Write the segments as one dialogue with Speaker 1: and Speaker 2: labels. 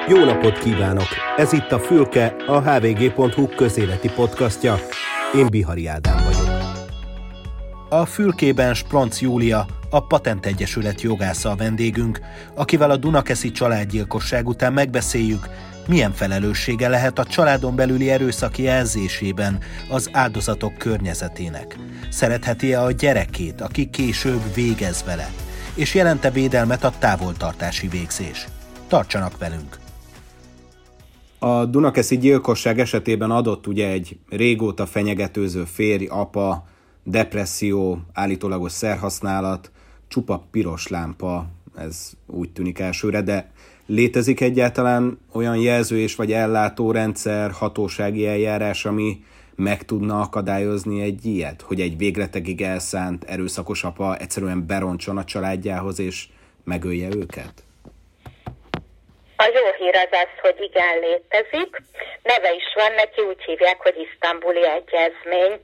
Speaker 1: Jó napot kívánok! Ez itt a Fülke, a hvg.hu közéleti podcastja. Én Bihari Ádám vagyok. A Fülkében Spronc Júlia, a Patent Egyesület jogásza a vendégünk, akivel a dunakeszi családgyilkosság után megbeszéljük, milyen felelőssége lehet a családon belüli erőszak jelzésében az áldozatok környezetének. Szeretheti-e a gyerekét, aki később végez vele? És jelente védelmet a távoltartási végzés? Tartsanak velünk! A dunakeszi gyilkosság esetében adott ugye egy régóta fenyegetőző férj, apa, depresszió, állítólagos szerhasználat, csupa piros lámpa, ez úgy tűnik elsőre, de létezik egyáltalán olyan jelző vagy ellátórendszer, hatósági eljárás, ami meg tudna akadályozni egy ilyet, hogy egy végletekig elszánt, erőszakos apa egyszerűen berontson a családjához és megölje őket?
Speaker 2: A jó hír az az, hogy igen, létezik. Neve is van neki, úgy hívják, hogy Isztambuli Egyezmény.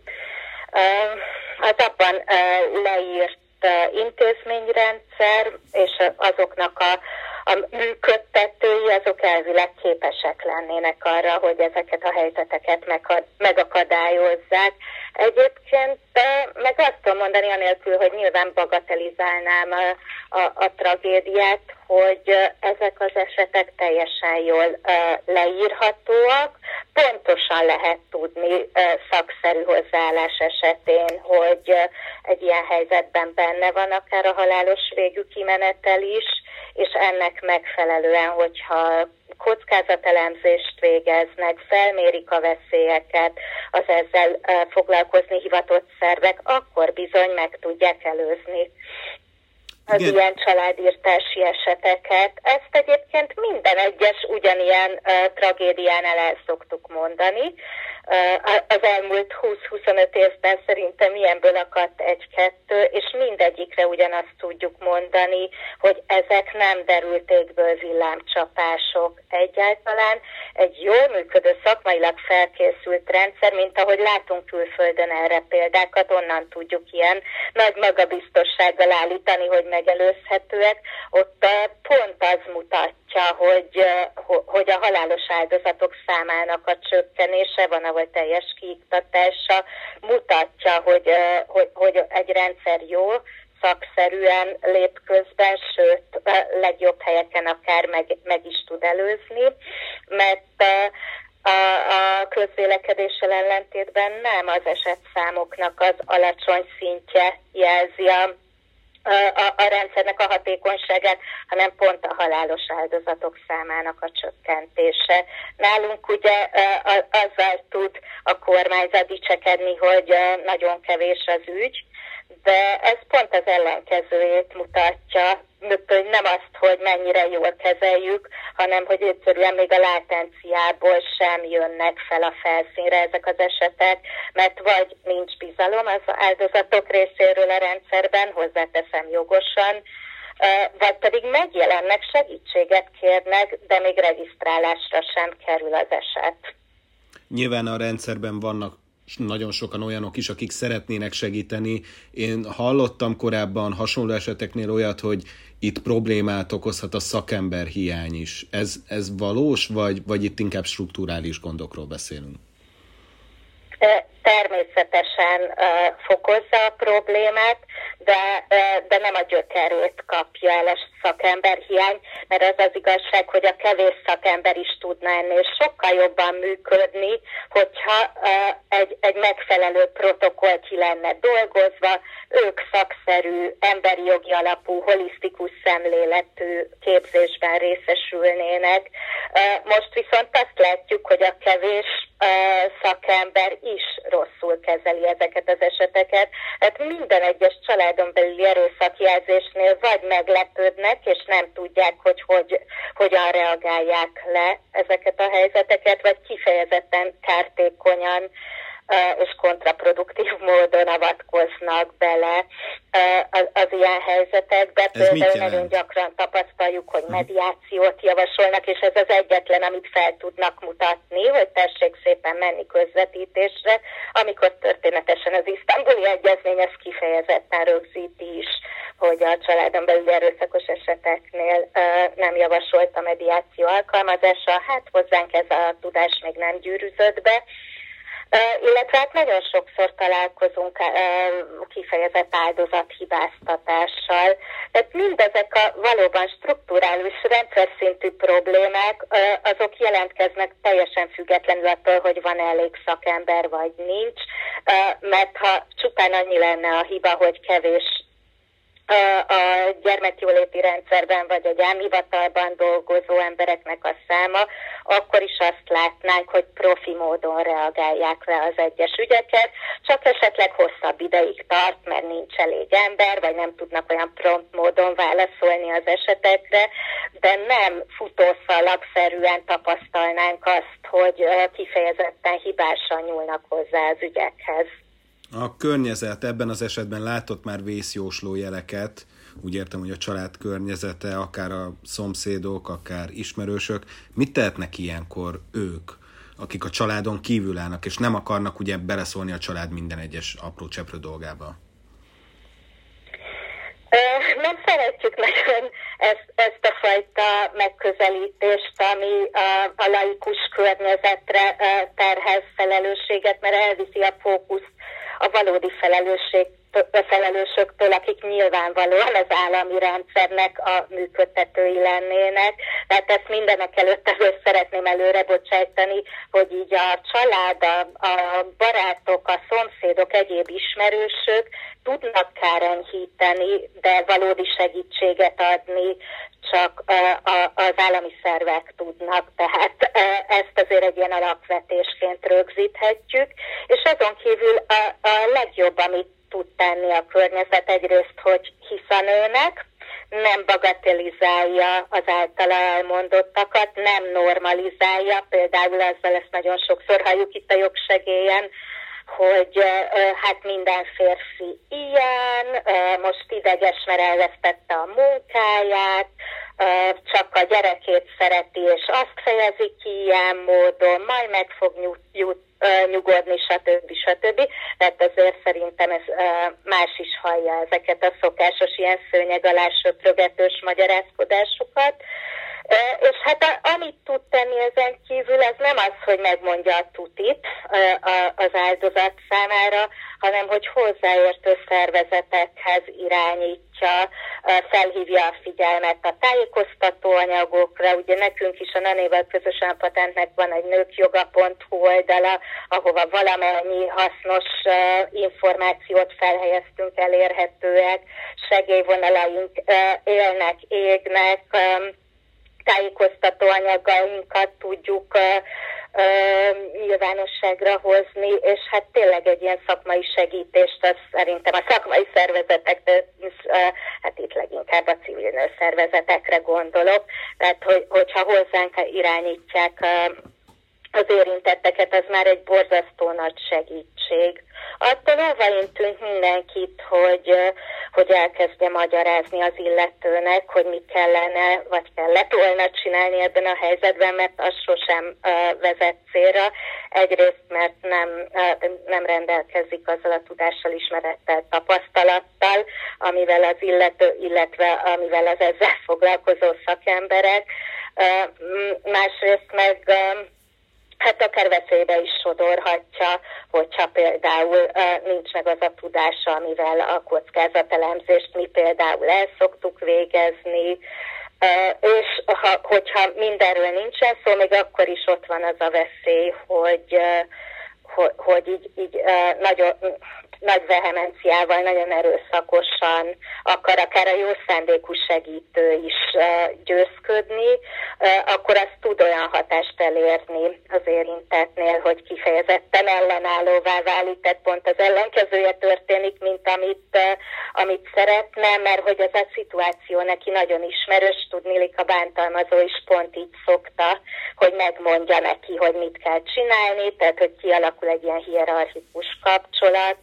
Speaker 2: Az abban leírt intézményrendszer és azoknak a működtetői, azok elvileg képesek lennének arra, hogy ezeket a helyzeteket megakadályozzák. Egyébként meg azt tudom mondani, anélkül, hogy nyilván bagatelizálnám a tragédiát, hogy ezek az esetek teljesen jól leírhatóak. Pontosan lehet tudni szakszerű hozzáállás esetén, hogy egy ilyen helyzetben benne van akár a halálos végű kimenetel is, és ennek megfelelően, hogyha kockázatelemzést végeznek, felmérik a veszélyeket, az ezzel foglalkozni hivatott szervek, akkor bizony meg tudják előzni az ilyen családírtási eseteket. Ezt egyébként minden egyes ugyanilyen tragédiánál el szoktuk mondani. Az elmúlt 20-25 évben szerintem ilyenből akadt egy-kettő, és mindegyikre ugyanazt tudjuk mondani, hogy ezek nem derült égből villámcsapások. Egyáltalán egy jól működő, szakmailag felkészült rendszer, mint ahogy látunk külföldön erre példákat, onnan tudjuk ilyen nagy magabiztossággal állítani, hogy megelőzhetőek. Ott pont az mutatja, hogy a halálos áldozatok számának a csökkenése van, ahol teljes kiiktatása mutatja, hogy egy rendszer jó, szakszerűen lép közben, sőt, legjobb helyeken akár meg is tud előzni, mert a közvélekedéssel ellentétben nem az esetszámoknak az alacsony szintje jelzi a rendszernek a hatékonyságát, hanem pont a halálos áldozatok számának a csökkentése. Nálunk ugye azzal tud a kormányzat dicsekedni, hogy nagyon kevés az ügy, de ez pont az ellenkezőjét mutatja, hogy nem azt, hogy mennyire jól kezeljük, hanem hogy egyszerűen még a látenciából sem jönnek fel a felszínre ezek az esetek, mert vagy nincs bizalom az áldozatok részéről a rendszerben, hozzáteszem jogosan, vagy pedig megjelennek, segítséget kérnek, de még regisztrálásra sem kerül az eset.
Speaker 1: Nyilván a rendszerben vannak nagyon sokan olyanok is, akik szeretnének segíteni. Én hallottam korábban hasonló eseteknél olyat, hogy itt problémát okozhat a szakember hiány is. Ez valós, vagy itt inkább strukturális gondokról beszélünk?
Speaker 2: Természetesen fokozza a problémát, de nem a gyökerét kapja el a szakemberhiány, mert az az igazság, hogy a kevés szakember is tudna ennél sokkal jobban működni, hogyha egy megfelelő protokoll ki lenne dolgozva, ők szakszerű, emberi jogi alapú, holisztikus szemléletű képzésben részesülnének. Most viszont azt látjuk, hogy a kevés szakember is rosszul kezeli ezeket az eseteket. Hát minden egyes családon belüli erőszakjelzésnél vagy meglepődnek, és nem tudják, hogy hogyan reagálják le ezeket a helyzeteket, vagy kifejezetten kártékonyan és kontraproduktív módon avatkoznak bele az ilyen helyzetekbe. Például nagyon gyakran tapasztaljuk, hogy mediációt javasolnak, és ez az egyetlen, amit fel tudnak mutatni, hogy tessék szépen menni közvetítésre, amikor történetesen az Isztambuli Egyezmény ezt kifejezetten rögzíti is, hogy a családon belüli erőszakos eseteknél nem javasolt a mediáció alkalmazása. Hát hozzánk ez a tudás még nem gyűrűzött be. Illetve hát nagyon sokszor találkozunk kifejezett áldozathibáztatással. Tehát mindezek a valóban strukturális, rendszer szintű problémák, azok jelentkeznek teljesen függetlenül attól, hogy van elég szakember vagy nincs, mert ha csupán annyi lenne a hiba, hogy kevés a gyermekjóléti rendszerben vagy a gyámhivatalban dolgozó embereknek a száma, akkor is azt látnánk, hogy profi módon reagálják le az egyes ügyeket, csak esetleg hosszabb ideig tart, mert nincs elég ember, vagy nem tudnak olyan prompt módon válaszolni az esetekre, de nem futószalagszerűen tapasztalnánk azt, hogy kifejezetten hibásan nyúlnak hozzá az ügyekhez.
Speaker 3: A környezet ebben az esetben látott már vészjósló jeleket, úgy értem, hogy a család környezete, akár a szomszédok, akár ismerősök. Mit tehetnek ilyenkor ők, akik a családon kívül állnak, és nem akarnak ugye beleszólni a család minden egyes apró cseprő dolgába?
Speaker 2: Nem szeretjük nagyon ezt a fajta megközelítést, ami a laikus környezetre terhez felelősséget, mert elviszi a fókuszt a valódi felelősöktől, akik nyilvánvalóan az állami rendszernek a működtetői lennének. Tehát ezt mindenek előtt szeretném előre bocsájtani, hogy így a család, a barátok, a szomszédok, egyéb ismerősök tudnak kárenyhíteni, de valódi segítséget adni csak az állami szervek tudnak. Tehát ezt azért egy ilyen alapvetésként rögzíthetjük. És azon kívül a legjobb, amit tud tenni a környezet egyrészt, hogy hisz a nőnek, nem bagatelizálja az általa elmondottakat, nem normalizálja, például ezzel ezt nagyon sokszor halljuk itt a jogsegélyen, hogy hát minden férfi ilyen, most ideges, mert elvesztette a munkáját, csak a gyerekét szereti, és azt fejezi ki ilyen módon, majd meg fog nyugodni, stb. Tehát azért szerintem ez más is hallja ezeket a szokásos ilyen szőnyeg alá söprögetős magyarázkodásokat. És hát amit tud tenni ezen kívül, ez nem az, hogy megmondja a tutit az áldozat számára, hanem hogy hozzáértő szervezetekhez irányítja, felhívja a figyelmet a tájékoztató anyagokra. Ugye nekünk is a Nanéval közösen a Patentnek van egy nőkjoga.hu oldala, ahova valamennyi hasznos információt felhelyeztünk, elérhetőek, segélyvonalaink élnek, égnek, tájékoztató anyagainkat tudjuk nyilvánosságra hozni, és hát tényleg egy ilyen szakmai segítést, az szerintem a szakmai szervezetek, hát itt leginkább a civil nőszervezetekre gondolok, tehát hogyha hozzánk irányítják az érintetteket, az már egy borzasztó nagy segítség. Attól óvaintünk mindenkit, hogy elkezdje magyarázni az illetőnek, hogy mit kellene, vagy kellett volna csinálni ebben a helyzetben, mert az sosem vezet célra. Egyrészt, mert nem rendelkezik azzal a tudással, ismerettel, tapasztalattal, amivel az illető, illetve amivel az ezzel foglalkozó szakemberek. Másrészt meg hát akár veszélybe is sodorhatja, hogyha például nincs meg az a tudása, amivel a kockázatelemzést mi például el szoktuk végezni, és hogyha mindenről nincsen szó, még akkor is ott van az a veszély, hogy így nagyon nagy vehemenciával, nagyon erőszakosan akar akár a jó szándékú segítő is győzködni, akkor az tud olyan hatást elérni az érintettnél, hogy kifejezetten ellenállóvá válik, tehát pont az ellenkezője történik, mint amit szeretne, mert hogy ez a szituáció neki nagyon ismerős, tudniillik a bántalmazó is pont így szokta, hogy megmondja neki, hogy mit kell csinálni, tehát hogy kialakul egy ilyen hierarchikus kapcsolat,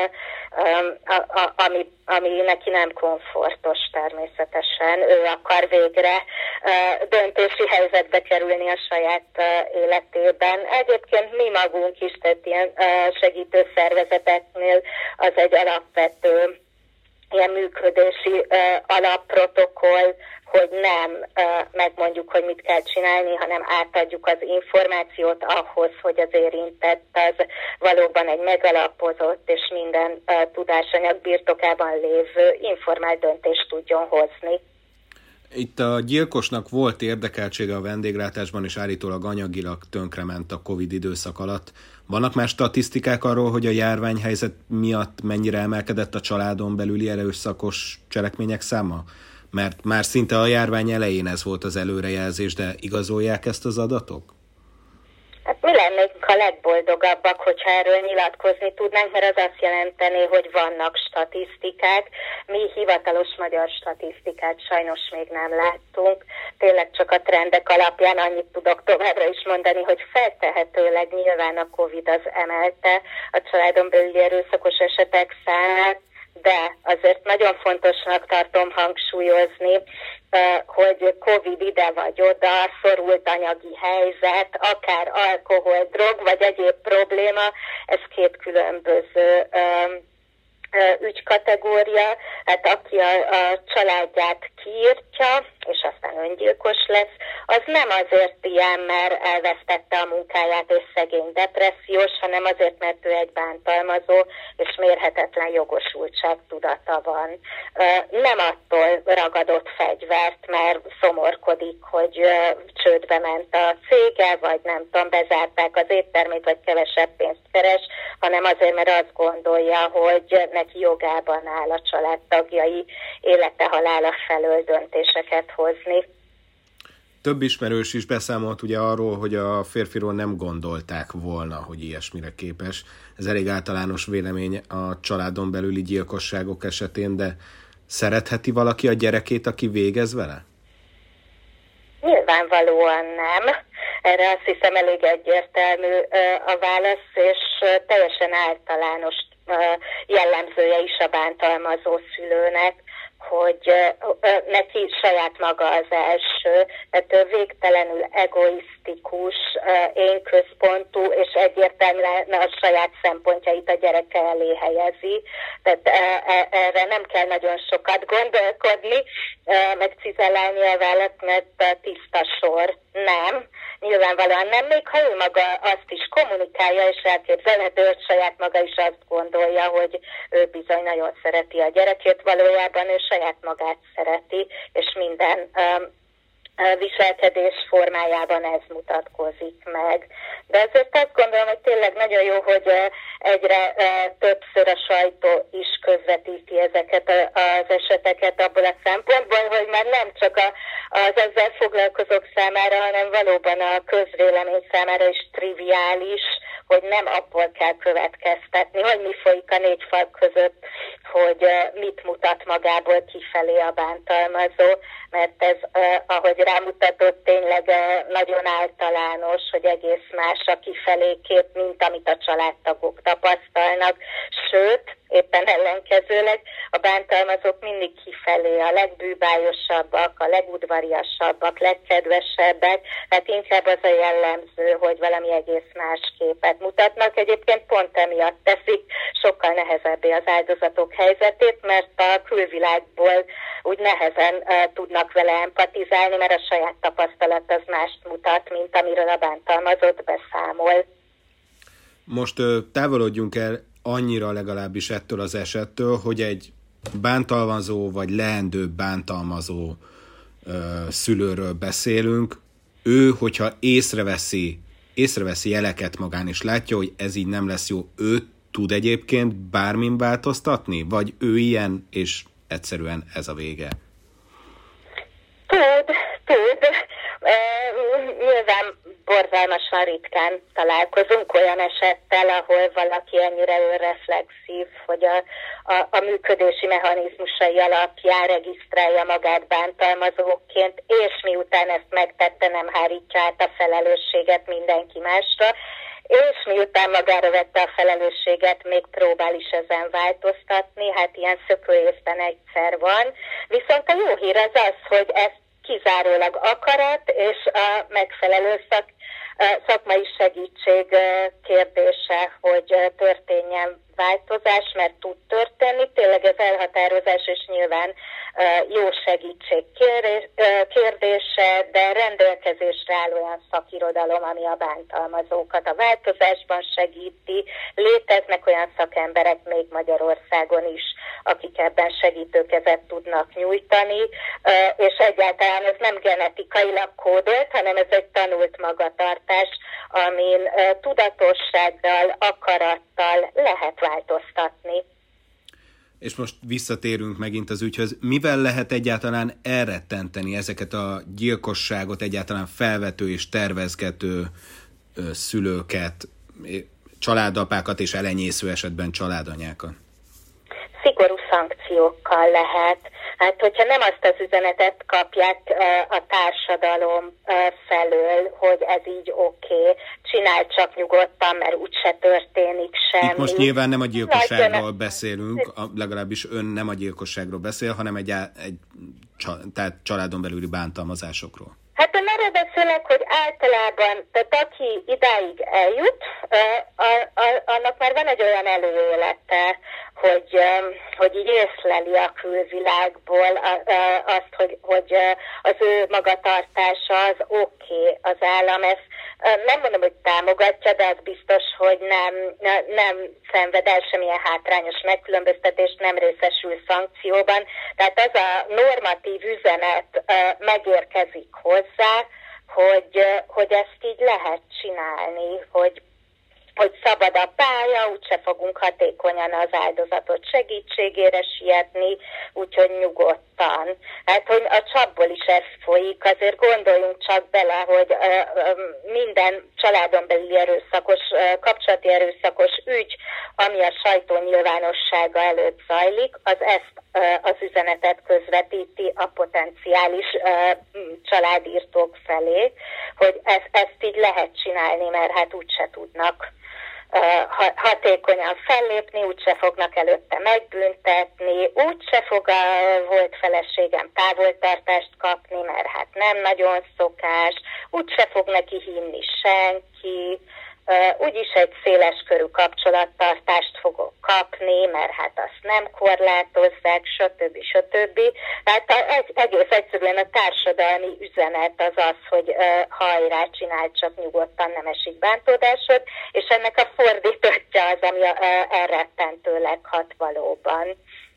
Speaker 2: ami neki nem komfortos természetesen. Ő akar végre döntési helyzetbe kerülni a saját életében. Egyébként mi magunk is, tehát ilyen segítő szervezeteknél az egy alapvető ilyen működési alapprotokoll, hogy nem megmondjuk, hogy mit kell csinálni, hanem átadjuk az információt ahhoz, hogy az érintett az valóban egy megalapozott és minden tudásanyag birtokában lévő informált döntést tudjon hozni.
Speaker 3: Itt a gyilkosnak volt érdekeltsége a vendéglátásban, és állítólag anyagilag tönkrement a Covid időszak alatt. Vannak már statisztikák arról, hogy a járványhelyzet miatt mennyire emelkedett a családon belüli erőszakos cselekmények száma? Mert már szinte a járvány elején ez volt az előrejelzés, de igazolják ezt az adatok?
Speaker 2: Hát mi lennénk a legboldogabbak, hogyha erről nyilatkozni tudnánk, mert az azt jelenteni, hogy vannak statisztikák. Mi hivatalos magyar statisztikát sajnos még nem láttunk. Tényleg csak a trendek alapján annyit tudok továbbra is mondani, hogy feltehetőleg nyilván a Covid az emelte a családon belüli erőszakos esetek számát, de azért nagyon fontosnak tartom hangsúlyozni, hogy Covid ide vagy oda, szorult anyagi helyzet, akár alkohol, drog vagy egyéb probléma, ez két különböző ügykategória, hát aki a családját kiírtja, és aztán öngyilkos lesz, az nem azért ilyen, mert elvesztette a munkáját és szegény depressziós, hanem azért, mert ő egy bántalmazó, és mérhetetlen jogosultság tudata van. Nem attól ragadott fegyvert, mert szomorkodik, hogy csődbe ment a cége, vagy nem tudom, bezárták az éttermét, vagy kevesebb pénzt keres, hanem azért, mert azt gondolja, hogy neki jogában áll a családtagjai élete-halála felől döntéseket hozni.
Speaker 3: Több ismerős is beszámolt ugye arról, hogy a férfiról nem gondolták volna, hogy ilyesmire képes. Ez elég általános vélemény a családon belüli gyilkosságok esetén, de szeretheti valaki a gyerekét, aki végez vele?
Speaker 2: Nyilvánvalóan nem. Erre azt hiszem elég egyértelmű a válasz, és teljesen általános jellemzője is a bántalmazó szülőnek, hogy neki saját maga az első, tehát ő végtelenül egoisztikus, énközpontú, és egyértelműen a saját szempontjait a gyereke elé helyezi. Tehát erre nem kell nagyon sokat gondolkodni, meg cizellálni a választ, mert tiszta sor. Nem. Nyilvánvalóan nem, még ha ő maga azt is kommunikálja, és elképzelhető, hogy saját maga is azt gondolja, hogy ő bizony nagyon szereti a gyerekét, valójában ő saját magát szereti, és minden viselkedés formájában ez mutatkozik meg. De azért azt gondolom, hogy tényleg nagyon jó, hogy egyre többször a sajtó is közvetíti ezeket az eseteket abból a szempontból, hogy már nem csak az ezzel foglalkozók számára, hanem valóban a közvélemény számára is triviális, hogy nem abból kell következtetni, hogy mi folyik a négy fal között, hogy mit mutat magából kifelé a bántalmazó, mert ez, ahogy rámutatott, tényleg nagyon általános, hogy egész más a kifelé kép, mint amit a családtagok tapasztalnak, sőt, éppen ellenkezőleg a bántalmazók mindig kifelé a legbűbályosabbak, a legudvariasabbak, legkedvesebbek, tehát inkább az a jellemző, hogy valami egész más képet mutatnak. Egyébként pont emiatt teszik sokkal nehezebbé az áldozatok helyzetét, mert a külvilágból úgy nehezen tudnak vele empatizálni, mert a saját tapasztalat az mást mutat, mint amiről a bántalmazott beszámol.
Speaker 3: Most távolodjunk el annyira legalábbis ettől az esettől, hogy egy bántalmazó vagy leendő bántalmazó szülőről beszélünk. Ő, hogyha észreveszi jeleket magán, és látja, hogy ez így nem lesz jó, ő tud egyébként bármin változtatni? Vagy ő ilyen, és egyszerűen ez a vége?
Speaker 2: Tud. Nyilván borzalmasan ritkán találkozunk olyan esettel, ahol valaki ennyire önreflexív, hogy a működési mechanizmusai alapján regisztrálja magát bántalmazóként, és miután ezt megtette, nem hárítja át a felelősséget mindenki másra, és miután magára vette a felelősséget, még próbál is ezen változtatni, hát ilyen szökőészben egyszer van. Viszont a jó hír az az, hogy ezt kizárólag akarat és a megfelelő szakmai segítség kérdése, hogy történjen változás, mert tud történni. Tényleg ez elhatározás, és nyilván jó segítség kérdése, de rendelkezésre áll olyan szakirodalom, ami a bántalmazókat a változásban segíti. Léteznek olyan szakemberek még Magyarországon is, akik ebben segítőkezet tudnak nyújtani, és egyáltalán ez nem genetikailag kódolt, hanem ez egy tanult magatartás, amin tudatossággal, akarattal lehet változtatni.
Speaker 3: És most visszatérünk megint az ügyhöz. Mivel lehet egyáltalán elrettenteni ezeket a gyilkosságot egyáltalán felvető és tervezgető szülőket, családapákat és elenyésző esetben családanyákat?
Speaker 2: Szigorú szankciókkal lehet. Hát, hogyha nem azt az üzenetet kapják a társadalom felől, hogy ez így oké, csinálj csak nyugodtan, mert úgyse történik semmi.
Speaker 3: Itt most nyilván nem a gyilkosságról beszélünk, legalábbis ön nem a gyilkosságról beszél, hanem tehát családon belüli bántalmazásokról.
Speaker 2: Hát én arra beszélek, hogy általában, tehát aki idáig eljut, annak már van egy olyan előélete, hogy így észleli a külvilágból azt, hogy az ő magatartása az oké, az állam ezt nem mondom, hogy támogatja, de az biztos, hogy nem szenved el semmilyen hátrányos megkülönböztetést, nem részesül szankcióban. Tehát az a normatív üzenet megérkezik hozzá, hogy ezt így lehet csinálni, hogy szabad a pálya, úgyse fogunk hatékonyan az áldozatot segítségére sietni, úgyhogy nyugodtan. Hát, hogy a csapból is ez folyik, azért gondoljunk csak bele, hogy minden családon belüli erőszakos, kapcsolati erőszakos ügy, ami a sajtó nyilvánossága előtt zajlik, az ezt az üzenetet közvetíti a potenciális családírtók felé, hogy ezt így lehet csinálni, mert hát úgyse tudnak hatékonyan fellépni, úgyse fognak előtte megbüntetni, úgyse fog a volt feleségem távoltartást kapni, mert hát nem nagyon szokás, úgyse fog neki hinni senki, úgyis egy széleskörű kapcsolattartást fogok kapni, mert hát azt nem korlátozzák, stb. Hát egész egyszerűen a társadalmi üzenet az, hogy hajrá, csinálj csak nyugodtan, nem esik bántódásod, és ennek a fordítottja az, ami elrettentőleg hat valóban.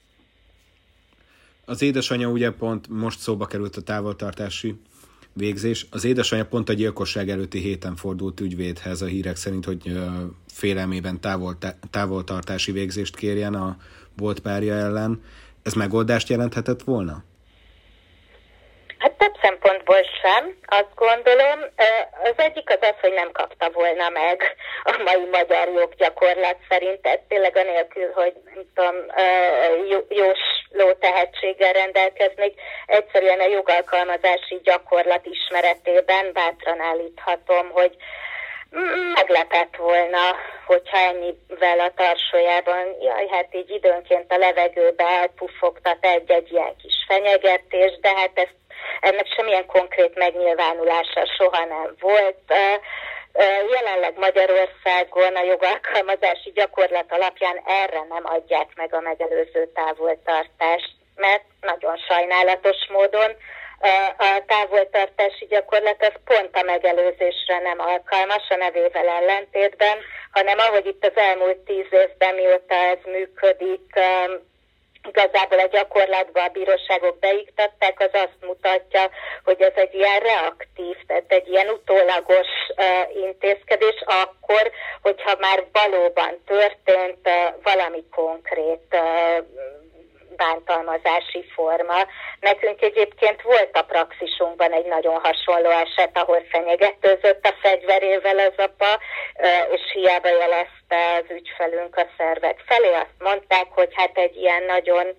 Speaker 3: Az édesanyja ugye pont most szóba került a távoltartási végzés. Az édesanyja pont a gyilkosság előtti héten fordult ügyvédhez a hírek szerint, hogy félelmében távoltartási végzést kérjen a volt párja ellen. Ez megoldást jelenthetett volna?
Speaker 2: Hát több szempontból sem, azt gondolom. Az egyik az, hogy nem kapta volna meg a mai magyar joggyakorlat szerint, tehát tényleg anélkül, hogy nem tudom, jósló tehetséggel rendelkeznék, egyszerűen a jogalkalmazási gyakorlat ismeretében bátran állíthatom, hogy meglepett volna, hogyha ennyivel a tarsójában, hát így időnként a levegőbe elpuffogtat egy ilyen kis fenyegetés, de hát ennek semmilyen konkrét megnyilvánulása soha nem volt. Jelenleg Magyarországon a jogalkalmazási gyakorlat alapján erre nem adják meg a megelőző távoltartást, mert nagyon sajnálatos módon a távoltartási gyakorlat az pont a megelőzésre nem alkalmas, a nevével ellentétben, hanem ahogy itt az elmúlt 10 évben, mióta ez működik, igazából a gyakorlatban a bíróságok beiktatták, az azt mutatja, hogy ez egy ilyen reaktív, tehát egy ilyen utólagos intézkedés akkor, hogyha már valóban történt valami konkrét bántalmazási forma. Nekünk egyébként volt a praxisunkban egy nagyon hasonló eset, ahol fenyegetőzött a fegyverével az apa, és hiába jelezte az ügyfelünk a szervek felé. Azt mondták, hogy hát egy ilyen nagyon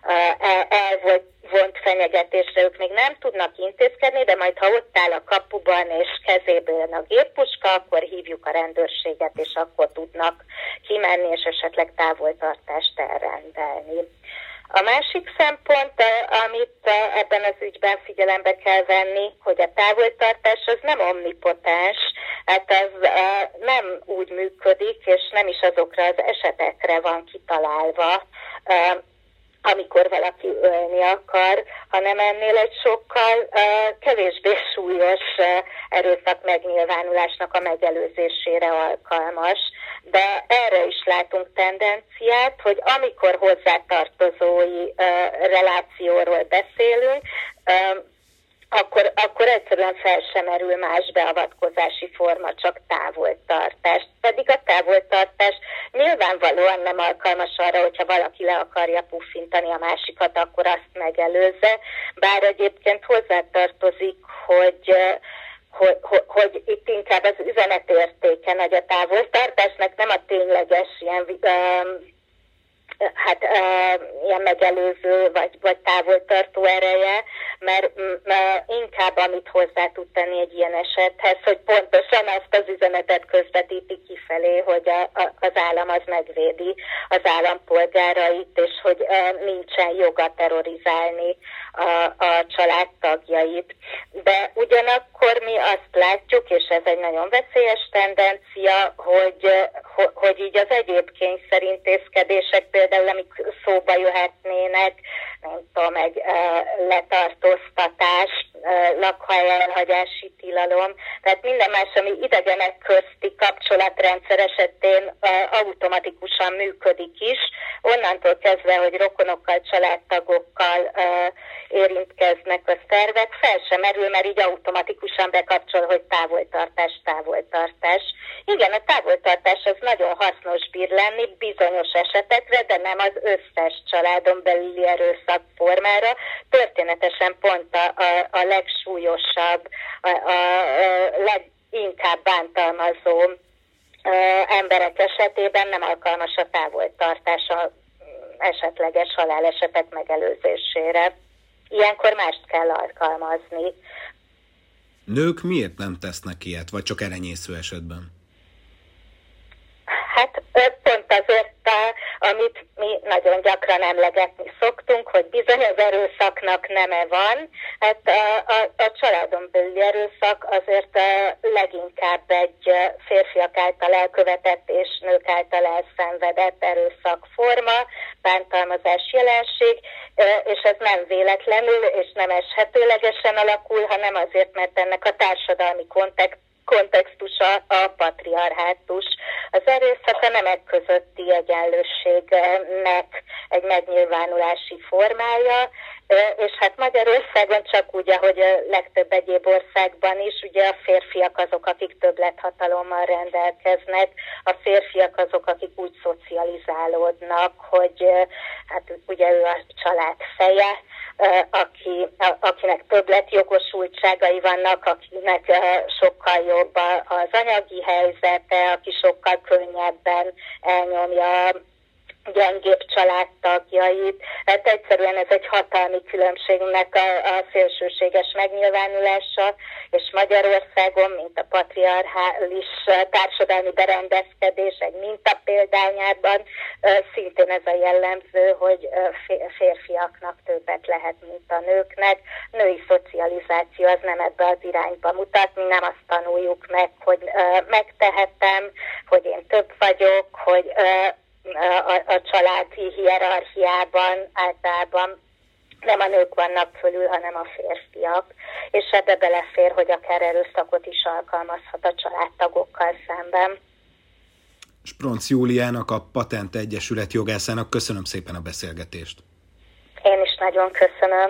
Speaker 2: elvont fenyegetésre ők még nem tudnak intézkedni, de majd ha ott áll a kapuban és kezéből jön a géppuska, akkor hívjuk a rendőrséget, és akkor tudnak kimenni, és esetleg távoltartást elrendelni. A másik szempont, amit ebben az ügyben figyelembe kell venni, hogy a távoltartás az nem omnipotens, hát az nem úgy működik, és nem is azokra az esetekre van kitalálva, amikor valaki ölni akar, hanem ennél egy sokkal kevésbé súlyos erőszak megnyilvánulásnak a megelőzésére alkalmas. De erre is látunk tendenciát, hogy amikor hozzátartozói relációról beszélünk, akkor egyszerűen fel sem merül más beavatkozási forma, csak távoltartás. Pedig a távoltartás nyilvánvalóan nem alkalmas arra, hogyha valaki le akarja puffintani a másikat, akkor azt megelőzze. Bár egyébként hozzátartozik, hogy itt inkább az üzenetértéke nagy a távoltartásnak, nem a tényleges ilyen megelőző vagy távoltartó ereje, mert inkább amit hozzá tud tenni egy ilyen esethez, hogy pontosan azt az üzenetet közvetíti kifelé, hogy az állam az megvédi az állampolgárait, és hogy nincsen joga terrorizálni a családtagjait. De ugyanakkor mi azt látjuk, és ez egy nagyon veszélyes tendencia, hogy így az egyéb kényszerintézkedések, például amik szóba jöhetnének, nem tudom, egy letartóztatás, lakhely elhagyási tilalom, tehát minden más, ami idegenek közti kapcsolatrendszer esetén automatikusan működik is, onnantól kezdve, hogy rokonokkal, családtagokkal érintkeznek a szervek, fel sem merül, mert így automatikusan bekapcsol, hogy távoltartás. Igen, a távoltartás az nagyon hasznos bír lenni bizonyos esetekre, de nem az összes családon belüli erőszak formára. Történetesen pont a legsúlyosabb, a leginkább bántalmazó emberek esetében nem alkalmas a távoltartás a esetleges halálesetek megelőzésére. Ilyenkor mást kell alkalmazni.
Speaker 3: Nők miért nem tesznek ilyet, vagy csak elenyésző esetben?
Speaker 2: Hát pont azért, amit mi nagyon gyakran emlegetni szoktunk, hogy bizony az erőszaknak neme van. Hát a családon belüli erőszak azért leginkább egy férfiak által elkövetett és nők által elszenvedett erőszakforma, bántalmazás jelenség, és ez nem véletlenül és nem eshetőlegesen alakul, hanem azért, mert ennek a társadalmi kontextusa a patriarhátus. Az erőszak a nemek közötti egyenlőségnek egy megnyilvánulási formája, és hát Magyarországon csak úgy, ahogy a legtöbb egyéb országban is, ugye a férfiak azok, akik többlethatalommal rendelkeznek, a férfiak azok, akik úgy szocializálódnak, hogy hát ugye ő a család feje, akinek többletjogosultságai vannak, akinek sokkal jobb az anyagi helyzete, aki sokkal könnyebben elnyomja gyengébb családtagjait. Hát egyszerűen ez egy hatalmi különbségnek a szélsőséges megnyilvánulása, és Magyarországon, mint a patriarchális társadalmi berendezkedés egy mintapéldányában szintén ez a jellemző, hogy férfiaknak többet lehet, mint a nőknek. Női szocializáció az nem ebbe az irányba mutat, mi nem azt tanuljuk meg, hogy megtehetem, hogy én több vagyok, hogy a családi hierarchiában általában nem a nők vannak fölül, hanem a férfiak. És ebbe belefér, hogy akár erőszakot is alkalmazhat a családtagokkal szemben.
Speaker 3: Spronc Júliának, a Patent Egyesület jogászának köszönöm szépen a beszélgetést.
Speaker 2: Én is nagyon köszönöm.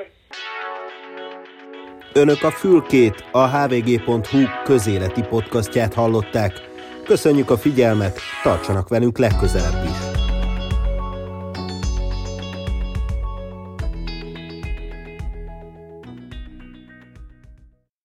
Speaker 1: Önök a Fülkét, a hvg.hu közéleti podcastját hallották. Köszönjük a figyelmet, tartsanak velünk legközelebb is!